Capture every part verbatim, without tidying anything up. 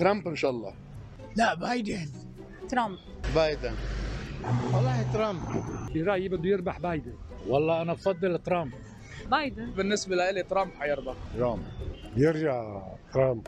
ترامب إن شاء الله. لا بايدن. ترامب. بايدن. والله ترامب. برأيي بده يربح بايدن. والله أنا بفضل ترامب. بايدن. بالنسبة لي ترامب حيربح. ترامب. يرجع ترامب.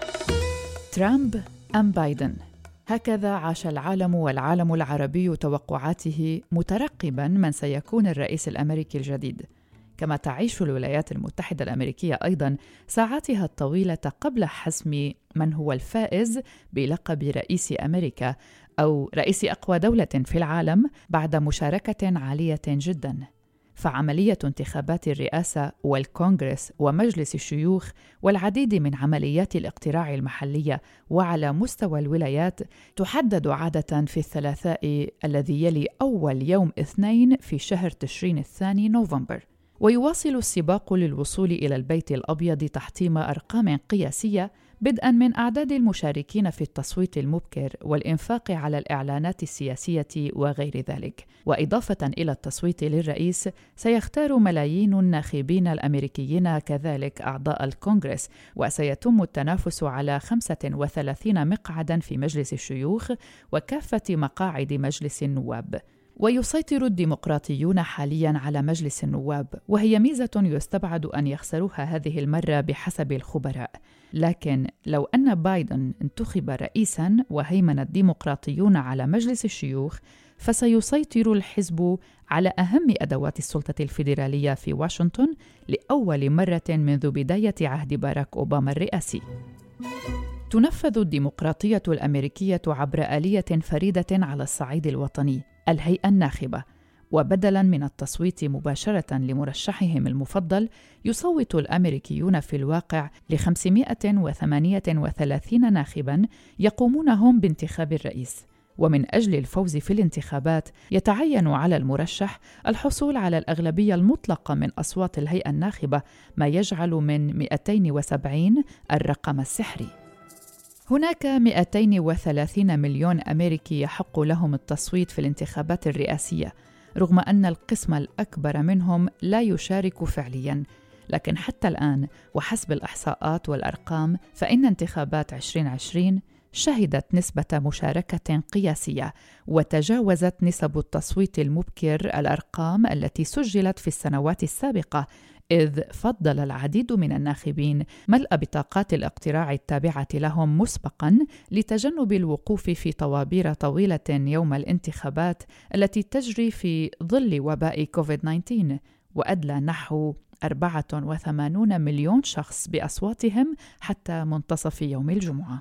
ترامب أم بايدن؟ هكذا عاش العالم والعالم العربي توقعاته مترقباً من سيكون الرئيس الأمريكي الجديد، كما تعيش الولايات المتحدة الأمريكية أيضاً ساعاتها الطويلة قبل حسم من هو الفائز بلقب رئيس أمريكا أو رئيس أقوى دولة في العالم بعد مشاركة عالية جداً. فعملية انتخابات الرئاسة والكونغرس ومجلس الشيوخ والعديد من عمليات الاقتراع المحلية وعلى مستوى الولايات تحدد عادة في الثلاثاء الذي يلي أول يوم اثنين في شهر تشرين الثاني نوفمبر. ويواصل السباق للوصول إلى البيت الأبيض تحطيم أرقام قياسية بدءاً من أعداد المشاركين في التصويت المبكر والإنفاق على الإعلانات السياسية وغير ذلك. وإضافة إلى التصويت للرئيس، سيختار ملايين الناخبين الأمريكيين كذلك أعضاء الكونغرس، وسيتم التنافس على خمسة وثلاثين مقعداً في مجلس الشيوخ وكافة مقاعد مجلس النواب. ويسيطر الديمقراطيون حالياً على مجلس النواب، وهي ميزة يستبعد أن يخسروها هذه المرة بحسب الخبراء. لكن لو أن بايدن انتخب رئيساً وهيمن الديمقراطيون على مجلس الشيوخ، فسيسيطر الحزب على أهم أدوات السلطة الفيدرالية في واشنطن لأول مرة منذ بداية عهد باراك أوباما الرئاسي. تنفذ الديمقراطية الأمريكية عبر آلية فريدة على الصعيد الوطني، الهيئة الناخبة، وبدلاً من التصويت مباشرة لمرشحهم المفضل، يصوت الأمريكيون في الواقع ل خمسمائة وثمانية وثلاثين ناخباً يقومون هم بانتخاب الرئيس. ومن أجل الفوز في الانتخابات يتعين على المرشح الحصول على الأغلبية المطلقة من أصوات الهيئة الناخبة، ما يجعل من مئتين وسبعين الرقم السحري. هناك مئتين وثلاثين مليون أمريكي يحق لهم التصويت في الانتخابات الرئاسية، رغم أن القسم الأكبر منهم لا يشارك فعلياً. لكن حتى الآن وحسب الإحصاءات والأرقام، فإن انتخابات عشرين عشرين شهدت نسبة مشاركة قياسية، وتجاوزت نسب التصويت المبكر الأرقام التي سجلت في السنوات السابقة، إذ فضل العديد من الناخبين ملء بطاقات الاقتراع التابعة لهم مسبقاً لتجنب الوقوف في طوابير طويلة يوم الانتخابات التي تجري في ظل وباء كوفيد تسعة عشر، وأدلى نحو أربعة وثمانين مليون شخص بأصواتهم حتى منتصف يوم الجمعة.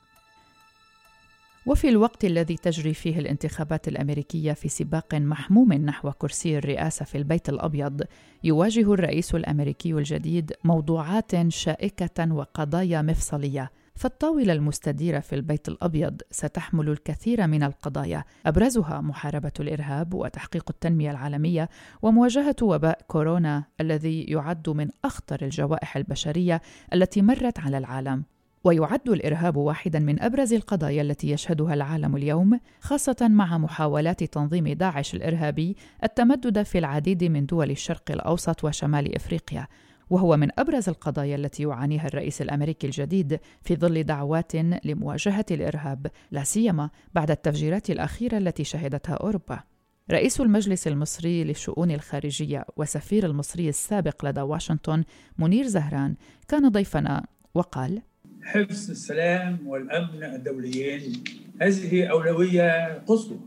وفي الوقت الذي تجري فيه الانتخابات الأمريكية في سباق محموم نحو كرسي الرئاسة في البيت الأبيض، يواجه الرئيس الأمريكي الجديد موضوعات شائكة وقضايا مفصلية. فالطاولة المستديرة في البيت الأبيض ستحمل الكثير من القضايا، أبرزها محاربة الإرهاب وتحقيق التنمية العالمية ومواجهة وباء كورونا الذي يعد من أخطر الجوائح البشرية التي مرت على العالم. ويعد الإرهاب واحداً من أبرز القضايا التي يشهدها العالم اليوم، خاصة مع محاولات تنظيم داعش الإرهابي التمدد في العديد من دول الشرق الأوسط وشمال إفريقيا، وهو من أبرز القضايا التي يعانيها الرئيس الأمريكي الجديد في ظل دعوات لمواجهة الإرهاب، لا سيما بعد التفجيرات الأخيرة التي شهدتها أوروبا. رئيس المجلس المصري للشؤون الخارجية وسفير المصري السابق لدى واشنطن منير زهران كان ضيفنا وقال: حفظ السلام والأمن الدوليين هذه أولوية قصوى،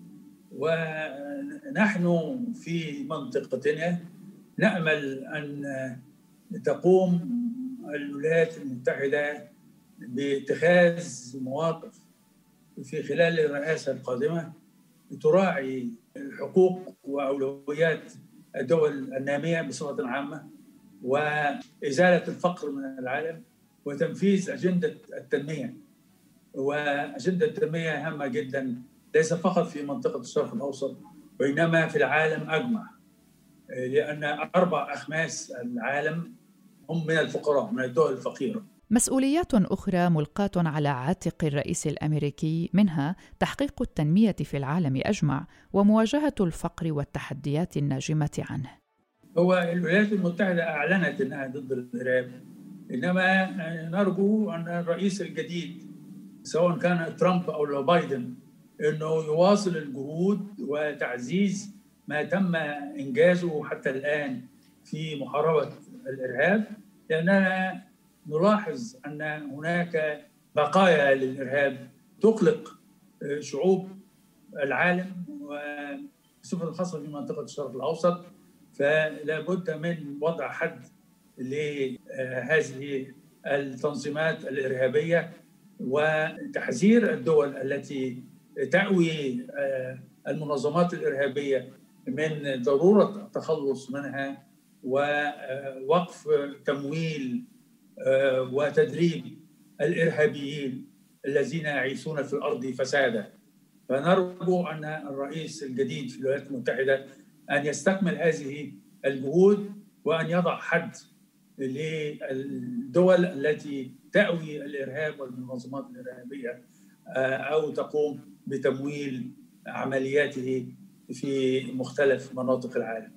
ونحن في منطقتنا نأمل أن تقوم الولايات المتحدة باتخاذ مواقف في خلال الرئاسة القادمة تراعي حقوق وأولويات الدول النامية بصفة عامة، وإزالة الفقر من العالم، وتنفيذ أجندة التنمية. وأجندة التنمية هامة جدا، ليس فقط في منطقة الشرق الأوسط وإنما في العالم أجمع، لأن أربع أخماس العالم هم من الفقراء، من الدول الفقيرة. مسؤوليات أخرى ملقاة على عاتق الرئيس الأمريكي، منها تحقيق التنمية في العالم أجمع ومواجهة الفقر والتحديات الناجمة عنه. هو الولايات المتحدة أعلنت أنها ضد الإرهاب، إنما نرجو أن الرئيس الجديد سواء كان ترامب أو لو بايدن أنه يواصل الجهود وتعزيز ما تم إنجازه حتى الآن في محاربة الإرهاب، لأننا نلاحظ أن هناك بقايا للإرهاب تقلق شعوب العالم وبصفة خاصة في منطقة الشرق الأوسط. فلا بد من وضع حد لهذه التنظيمات الإرهابية وتحذير الدول التي تأوي المنظمات الإرهابية من ضرورة التخلص منها ووقف تمويل وتدريب الإرهابيين الذين يعيشون في الأرض فسادا. فنرجو أن الرئيس الجديد في الولايات المتحدة أن يستكمل هذه الجهود وأن يضع حد للدول التي تأوي الإرهاب والمنظمات الإرهابية أو تقوم بتمويل عملياته في مختلف مناطق العالم.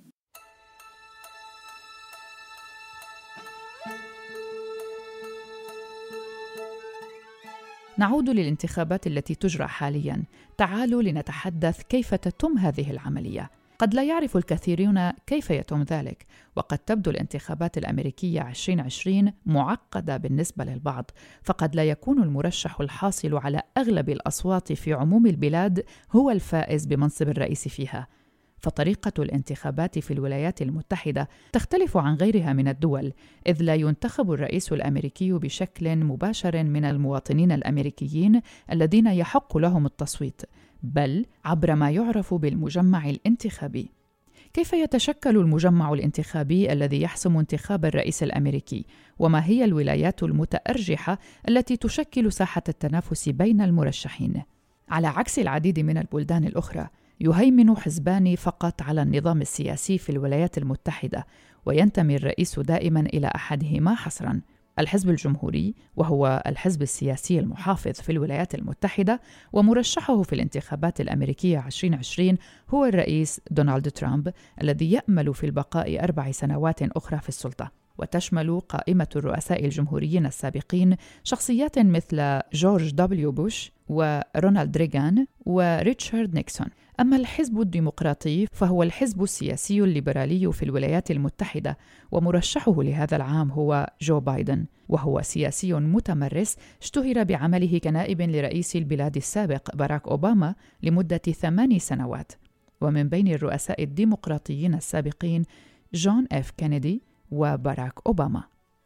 نعود للانتخابات التي تجرى حالياً. تعالوا لنتحدث كيف تتم هذه العملية. قد لا يعرف الكثيرون كيف يتم ذلك، وقد تبدو الانتخابات الأمريكية عشرين عشرين معقدة بالنسبة للبعض، فقد لا يكون المرشح الحاصل على أغلب الأصوات في عموم البلاد هو الفائز بمنصب الرئيس فيها. فطريقة الانتخابات في الولايات المتحدة تختلف عن غيرها من الدول، إذ لا ينتخب الرئيس الأمريكي بشكل مباشر من المواطنين الأمريكيين الذين يحق لهم التصويت، بل عبر ما يعرف بالمجمع الانتخابي. كيف يتشكل المجمع الانتخابي الذي يحسم انتخاب الرئيس الأمريكي؟ وما هي الولايات المتأرجحة التي تشكل ساحة التنافس بين المرشحين؟ على عكس العديد من البلدان الأخرى، يهيمن حزبان فقط على النظام السياسي في الولايات المتحدة، وينتمي الرئيس دائما إلى أحدهما حصرا: الحزب الجمهوري، وهو الحزب السياسي المحافظ في الولايات المتحدة، ومرشحه في الانتخابات الأمريكية عشرين عشرين هو الرئيس دونالد ترامب الذي يأمل في البقاء أربع سنوات أخرى في السلطة. وتشمل قائمة الرؤساء الجمهوريين السابقين شخصيات مثل جورج دبليو بوش ورونالد ريغان وريتشارد نيكسون. أما الحزب الديمقراطي فهو الحزب السياسي الليبرالي في الولايات المتحدة، ومرشحه لهذا العام هو جو بايدن، وهو سياسي متمرس اشتهر بعمله كنائب لرئيس البلاد السابق باراك أوباما لمدة ثمان سنوات. ومن بين الرؤساء الديمقراطيين السابقين جون إف كينيدي وباراك أوباما.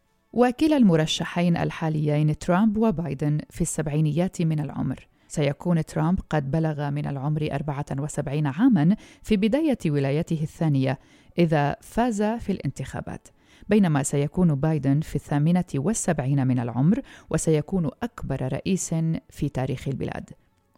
وكلا المرشحين الحاليين ترامب وبايدن في السبعينيات من العمر. سيكون ترامب قد بلغ من العمر أربعة وسبعين عاماً في بداية ولايته الثانية إذا فاز في الانتخابات، بينما سيكون بايدن في الثامنة والسبعين من العمر وسيكون أكبر رئيس في تاريخ البلاد.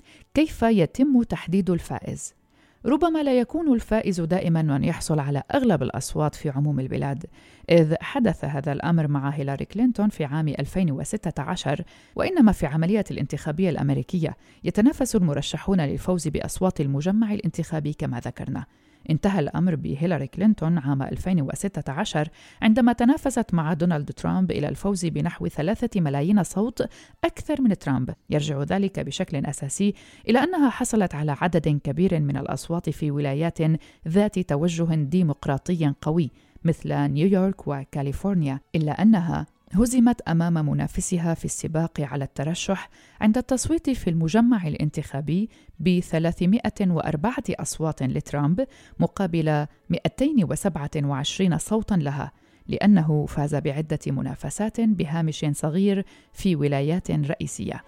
كيف يتم تحديد الفائز؟ ربما لا يكون الفائز دائما من يحصل على أغلب الأصوات في عموم البلاد، إذ حدث هذا الأمر مع هيلاري كلينتون في عام ألفين وستة عشر، وإنما في عملية الانتخابية الأمريكية يتنافس المرشحون للفوز بأصوات المجمع الانتخابي كما ذكرنا. انتهى الأمر بهيلاري كلينتون عام ألفين وستة عشر عندما تنافست مع دونالد ترامب إلى الفوز بنحو ثلاثة ملايين صوت أكثر من ترامب. يرجع ذلك بشكل أساسي إلى أنها حصلت على عدد كبير من الأصوات في ولايات ذات توجه ديمقراطي قوي مثل نيويورك وكاليفورنيا، إلا أنها هزمت أمام منافسها في السباق على الترشح عند التصويت في المجمع الانتخابي بثلاثمائة وأربعة أصوات لترامب مقابل مئتين وسبعة وعشرين صوتاً لها، لأنه فاز بعدة منافسات بهامش صغير في ولايات رئيسية.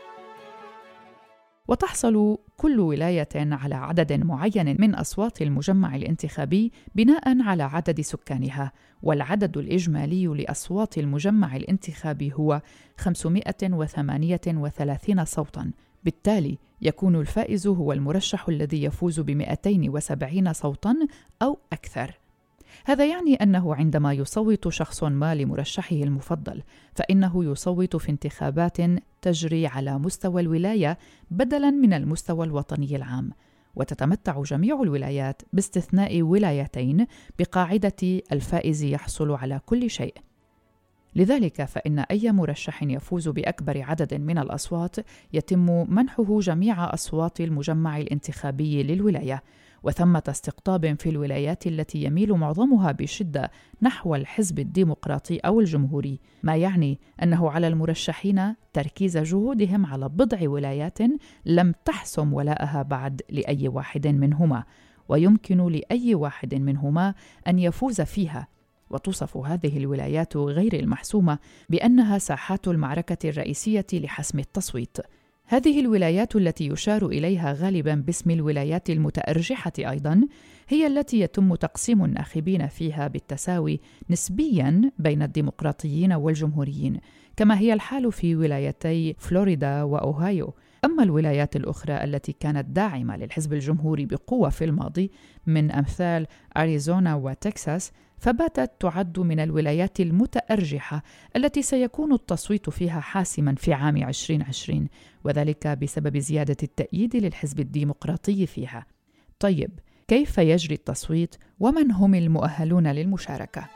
وتحصل كل ولاية على عدد معين من أصوات المجمع الانتخابي بناء على عدد سكانها، والعدد الإجمالي لأصوات المجمع الانتخابي هو خمسمائة وثمانية وثلاثين صوتاً. بالتالي يكون الفائز هو المرشح الذي يفوز بمئتين وسبعين صوتاً أو أكثر. هذا يعني أنه عندما يصوت شخص ما لمرشحه المفضل فإنه يصوت في انتخابات تجري على مستوى الولاية بدلاً من المستوى الوطني العام، وتتمتع جميع الولايات باستثناء ولايتين بقاعدة الفائز يحصل على كل شيء. لذلك فإن أي مرشح يفوز بأكبر عدد من الأصوات يتم منحه جميع أصوات المجمع الانتخابي للولاية، وثمة استقطاب في الولايات التي يميل معظمها بشدة نحو الحزب الديمقراطي أو الجمهوري، ما يعني أنه على المرشحين تركيز جهودهم على بضع ولايات لم تحسم ولاءها بعد لأي واحد منهما، ويمكن لأي واحد منهما أن يفوز فيها. وتوصف هذه الولايات غير المحسومة بأنها ساحات المعركة الرئيسية لحسم التصويت. هذه الولايات التي يشار إليها غالباً باسم الولايات المتأرجحة أيضاً هي التي يتم تقسيم الناخبين فيها بالتساوي نسبياً بين الديمقراطيين والجمهوريين، كما هي الحال في ولايتي فلوريدا وأوهايو. أما الولايات الأخرى التي كانت داعمة للحزب الجمهوري بقوة في الماضي من أمثال أريزونا وتكساس، فباتت تعد من الولايات المتأرجحة التي سيكون التصويت فيها حاسماً في عام عشرين عشرين، وذلك بسبب زيادة التأييد للحزب الديمقراطي فيها. طيب، كيف يجري التصويت ومن هم المؤهلون للمشاركة؟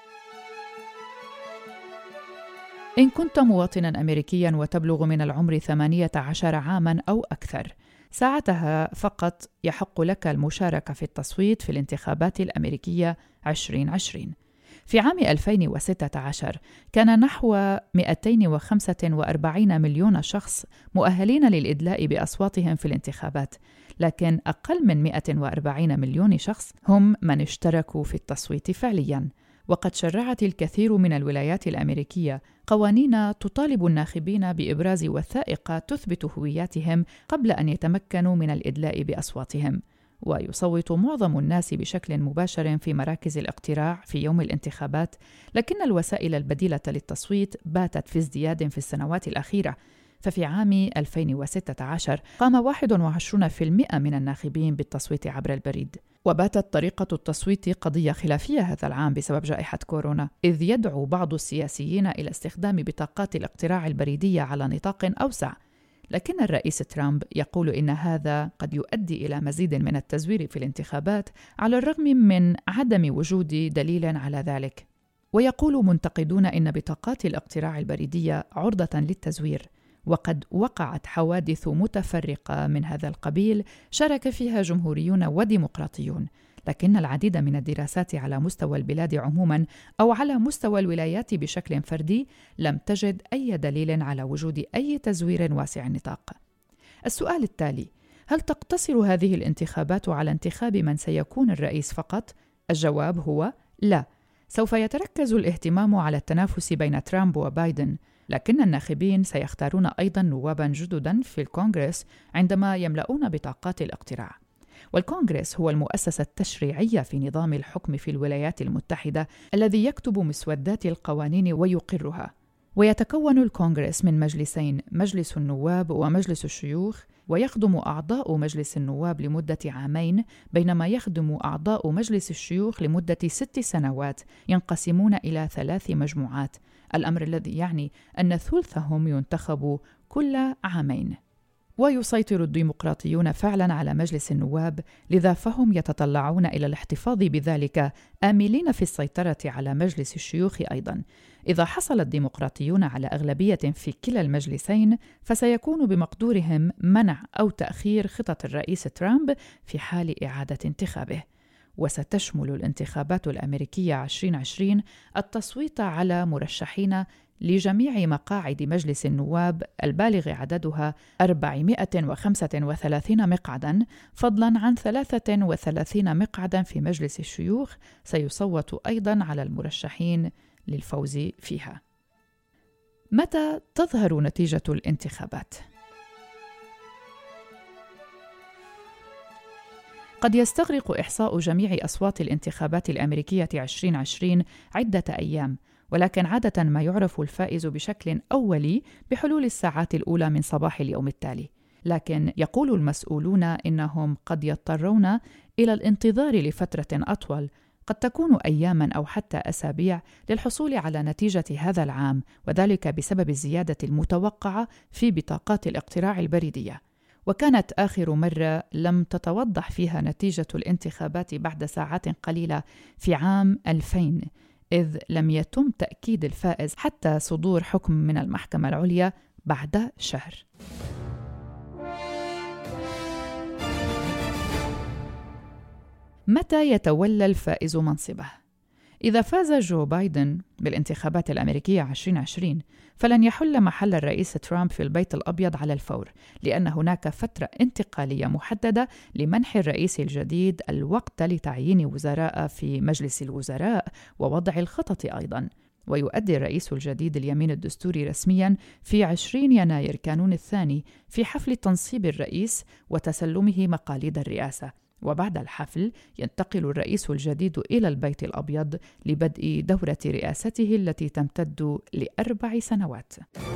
إن كنت مواطناً أمريكياً وتبلغ من العمر ثمانية عشر عاماً أو أكثر، ساعتها فقط يحق لك المشاركة في التصويت في الانتخابات الأمريكية عشرين عشرين. في عام ألفين وستة عشر كان نحو مئتين وخمسة وأربعين مليون شخص مؤهلين للإدلاء بأصواتهم في الانتخابات، لكن أقل من مئة وأربعين مليون شخص هم من اشتركوا في التصويت فعلياً. وقد شرعت الكثير من الولايات الأمريكية قوانين تطالب الناخبين بإبراز وثائق تثبت هوياتهم قبل أن يتمكنوا من الإدلاء بأصواتهم. ويصوت معظم الناس بشكل مباشر في مراكز الاقتراع في يوم الانتخابات، لكن الوسائل البديلة للتصويت باتت في ازدياد في السنوات الأخيرة. ففي عام ألفين وستة عشر قام واحد وعشرين بالمئة من الناخبين بالتصويت عبر البريد. وباتت طريقة التصويت قضية خلافية هذا العام بسبب جائحة كورونا، إذ يدعو بعض السياسيين إلى استخدام بطاقات الاقتراع البريدية على نطاق أوسع، لكن الرئيس ترامب يقول إن هذا قد يؤدي إلى مزيد من التزوير في الانتخابات على الرغم من عدم وجود دليل على ذلك. ويقول منتقدون إن بطاقات الاقتراع البريدية عرضة للتزوير، وقد وقعت حوادث متفرقة من هذا القبيل شارك فيها جمهوريون وديمقراطيون، لكن العديد من الدراسات على مستوى البلاد عموماً أو على مستوى الولايات بشكل فردي لم تجد أي دليل على وجود أي تزوير واسع النطاق. السؤال التالي: هل تقتصر هذه الانتخابات على انتخاب من سيكون الرئيس فقط؟ الجواب هو لا. سوف يتركز الاهتمام على التنافس بين ترامب وبايدن، لكن الناخبين سيختارون أيضاً نواباً جدداً في الكونغرس عندما يملؤون بطاقات الاقتراع. والكونغرس هو المؤسسة التشريعية في نظام الحكم في الولايات المتحدة الذي يكتب مسودات القوانين ويقرها. ويتكون الكونغرس من مجلسين، مجلس النواب ومجلس الشيوخ، ويخدم أعضاء مجلس النواب لمدة عامين، بينما يخدم أعضاء مجلس الشيوخ لمدة ست سنوات ينقسمون إلى ثلاث مجموعات، الأمر الذي يعني أن ثلثهم ينتخب كل عامين. ويسيطر الديمقراطيون فعلاً على مجلس النواب، لذا فهم يتطلعون إلى الاحتفاظ بذلك، آملين في السيطرة على مجلس الشيوخ أيضاً. إذا حصل الديمقراطيون على أغلبية في كلا المجلسين، فسيكون بمقدورهم منع أو تأخير خطط الرئيس ترامب في حال إعادة انتخابه. وستشمل الانتخابات الأمريكية عشرين عشرين التصويت على مرشحين لجميع مقاعد مجلس النواب البالغ عددها أربعمائة وخمسة وثلاثين مقعداً، فضلاً عن ثلاثة وثلاثين مقعداً في مجلس الشيوخ سيصوت أيضاً على المرشحين للفوز فيها. متى تظهر نتيجة الانتخابات؟ قد يستغرق إحصاء جميع أصوات الانتخابات الأمريكية عشرين عشرين عدة أيام، ولكن عادة ما يعرف الفائز بشكل أولي بحلول الساعات الأولى من صباح اليوم التالي. لكن يقول المسؤولون إنهم قد يضطرون إلى الانتظار لفترة أطول، قد تكون أياماً أو حتى أسابيع، للحصول على نتيجة هذا العام، وذلك بسبب الزيادة المتوقعة في بطاقات الاقتراع البريدية. وكانت آخر مرة لم تتوضح فيها نتيجة الانتخابات بعد ساعات قليلة في عام ألفين، إذ لم يتم تأكيد الفائز حتى صدور حكم من المحكمة العليا بعد شهر. متى يتولى الفائز منصبه؟ إذا فاز جو بايدن بالانتخابات الأمريكية عشرين عشرين فلن يحل محل الرئيس ترامب في البيت الأبيض على الفور، لأن هناك فترة انتقالية محددة لمنح الرئيس الجديد الوقت لتعيين وزراء في مجلس الوزراء ووضع الخطط أيضاً. ويؤدي الرئيس الجديد اليمين الدستوري رسمياً في عشرين يناير كانون الثاني في حفل تنصيب الرئيس وتسلمه مقاليد الرئاسة، وبعد الحفل ينتقل الرئيس الجديد إلى البيت الأبيض لبدء دورة رئاسته التي تمتد لأربع سنوات.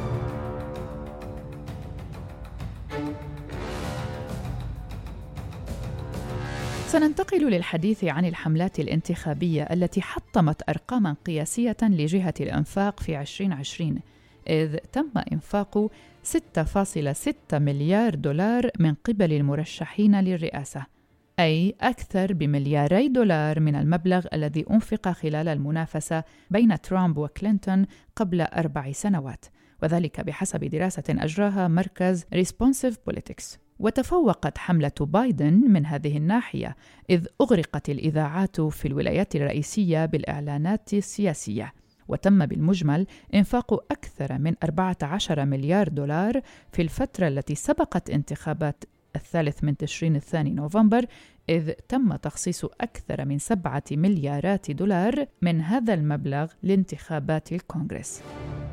سننتقل للحديث عن الحملات الانتخابية التي حطمت أرقاماً قياسية لجهة الإنفاق في عشرين عشرين، إذ تم إنفاق ستة فاصلة ستة مليار دولار من قبل المرشحين للرئاسة، أي أكثر بملياري دولار من المبلغ الذي أنفق خلال المنافسة بين ترامب وكلينتون قبل أربع سنوات، وذلك بحسب دراسة أجراها مركز Responsive Politics. وتفوقت حملة بايدن من هذه الناحية، إذ أغرقت الإذاعات في الولايات الرئيسية بالإعلانات السياسية، وتم بالمجمل إنفاق أكثر من أربعة عشر مليار دولار في الفترة التي سبقت انتخابات الثالث من تشرين الثاني نوفمبر، إذ تم تخصيص أكثر من سبعة مليارات دولار من هذا المبلغ لانتخابات الكونغرس.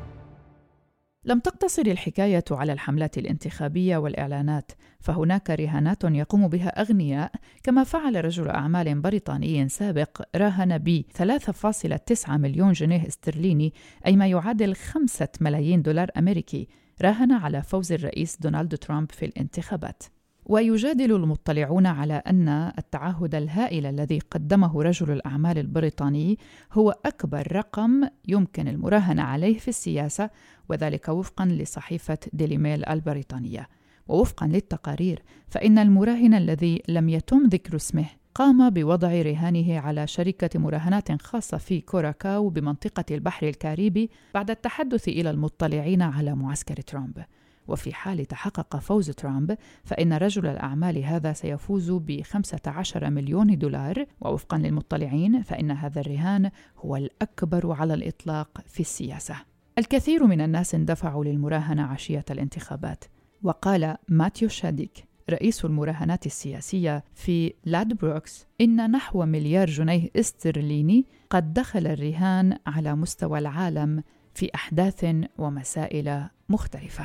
لم تقتصر الحكاية على الحملات الانتخابية والإعلانات، فهناك رهانات يقوم بها أغنياء، كما فعل رجل أعمال بريطاني سابق راهن ب ثلاثة فاصلة تسعة مليون جنيه استرليني، أي ما يعادل خمسة ملايين دولار أمريكي، راهن على فوز الرئيس دونالد ترامب في الانتخابات. ويجادل المطلعون على أن التعهد الهائل الذي قدمه رجل الأعمال البريطاني هو أكبر رقم يمكن المراهنة عليه في السياسة، وذلك وفقاً لصحيفة ديلي ميل البريطانية. ووفقاً للتقارير فإن المراهن الذي لم يتم ذكر اسمه قام بوضع رهانه على شركة مراهنات خاصة في كوراكاو بمنطقة البحر الكاريبي بعد التحدث إلى المطلعين على معسكر ترامب. وفي حال تحقق فوز ترامب فإن رجل الأعمال هذا سيفوز بخمسة عشر مليون دولار، ووفقاً للمطلعين فإن هذا الرهان هو الأكبر على الإطلاق في السياسة. الكثير من الناس اندفعوا للمراهنة عشية الانتخابات، وقال ماتيو شاديك رئيس المراهنات السياسية في لادبروكس إن نحو مليار جنيه استرليني قد دخل الرهان على مستوى العالم في أحداث ومسائل مختلفة.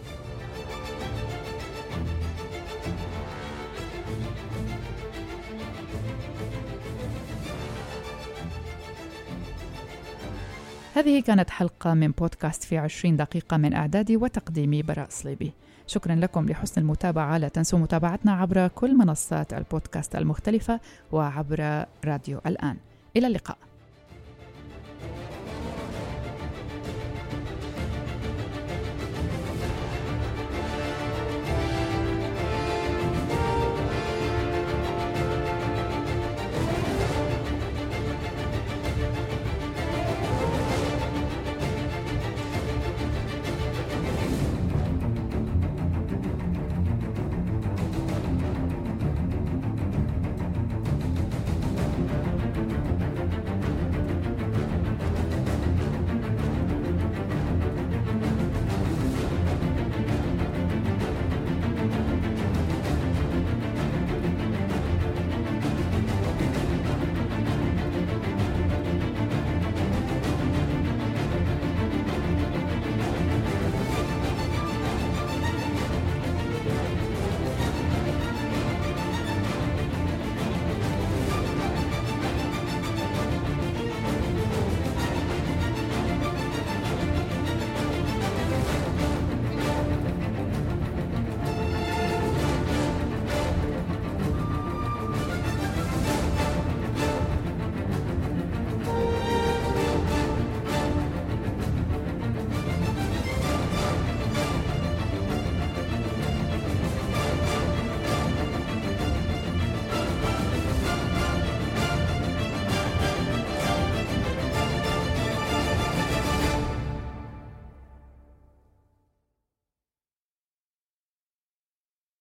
هذه كانت حلقة من بودكاست في عشرين دقيقة من إعدادي وتقديمي براء صليبي. شكرا لكم لحسن المتابعة. لا تنسوا متابعتنا عبر كل منصات البودكاست المختلفة وعبر راديو الآن. إلى اللقاء.